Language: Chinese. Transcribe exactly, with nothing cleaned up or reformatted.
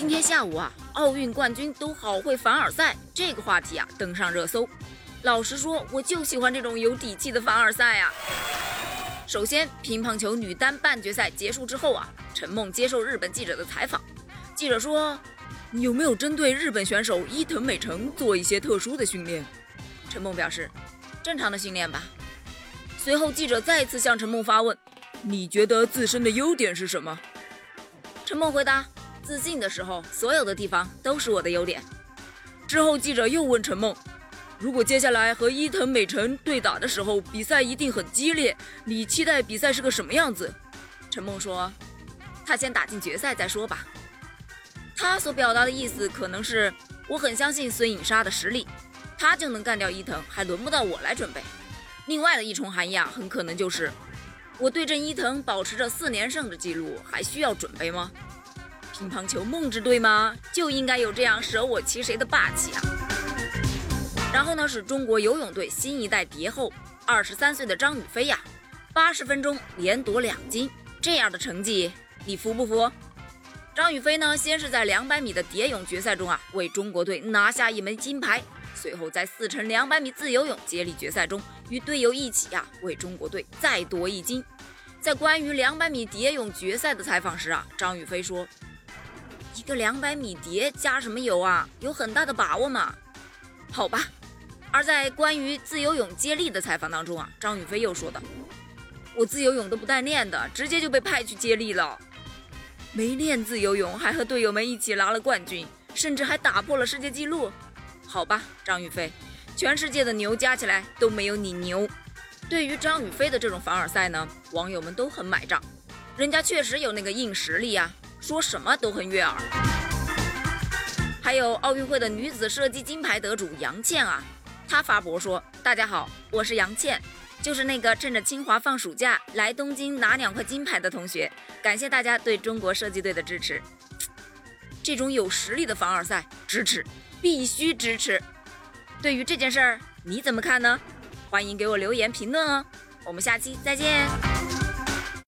今天下午啊，奥运冠军都好会凡尔赛，这个话题啊登上热搜。老实说，我就喜欢这种有底气的凡尔赛啊。首先，乒乓球女单半决赛结束之后啊，陈梦接受日本记者的采访，记者说：“你有没有针对日本选手伊藤美诚做一些特殊的训练？”陈梦表示：“正常的训练吧。”随后，记者再次向陈梦发问：“你觉得自身的优点是什么？”陈梦回答：“自信的时候，所有的地方都是我的优点。”之后，记者又问陈梦：“如果接下来和伊藤美诚对打的时候，比赛一定很激烈，你期待比赛是个什么样子？”陈梦说：“他先打进决赛再说吧。”他所表达的意思可能是：我很相信孙颖莎的实力，他就能干掉伊藤，还轮不到我来准备。另外的一重含义啊，很可能就是我对阵伊藤保持着四连胜的记录，还需要准备吗？乒乓球梦之队吗？就应该有这样舍我其谁的霸气啊！然后呢，是中国游泳队新一代蝶后，二十三岁的张雨霏呀，八十分钟连夺两金，这样的成绩你服不服？张雨霏呢，先是在两百米的蝶泳决赛中啊，为中国队拿下一枚金牌，随后在四乘两百米自由泳接力决赛中，与队友一起啊，为中国队再夺一金。在关于两百米蝶泳决赛的采访时啊，张雨霏说：“一个两百米蝶加什么油啊？有很大的把握嘛？”好吧。而在关于自由泳接力的采访当中啊，张雨霏又说的：“我自由泳都不带练的，直接就被派去接力了。没练自由泳，还和队友们一起拿了冠军，甚至还打破了世界纪录。好吧，张雨霏，全世界的牛加起来都没有你牛。”对于张雨霏的这种凡尔赛呢，网友们都很买账，人家确实有那个硬实力啊，说什么都很悦耳。还有奥运会的女子射击金牌得主杨倩啊，她发博说：“大家好，我是杨倩，就是那个趁着清华放暑假来东京拿两块金牌的同学，感谢大家对中国射击队的支持。”这种有实力的凡尔赛，支持，必须支持。对于这件事儿，你怎么看呢？欢迎给我留言评论哦，我们下期再见。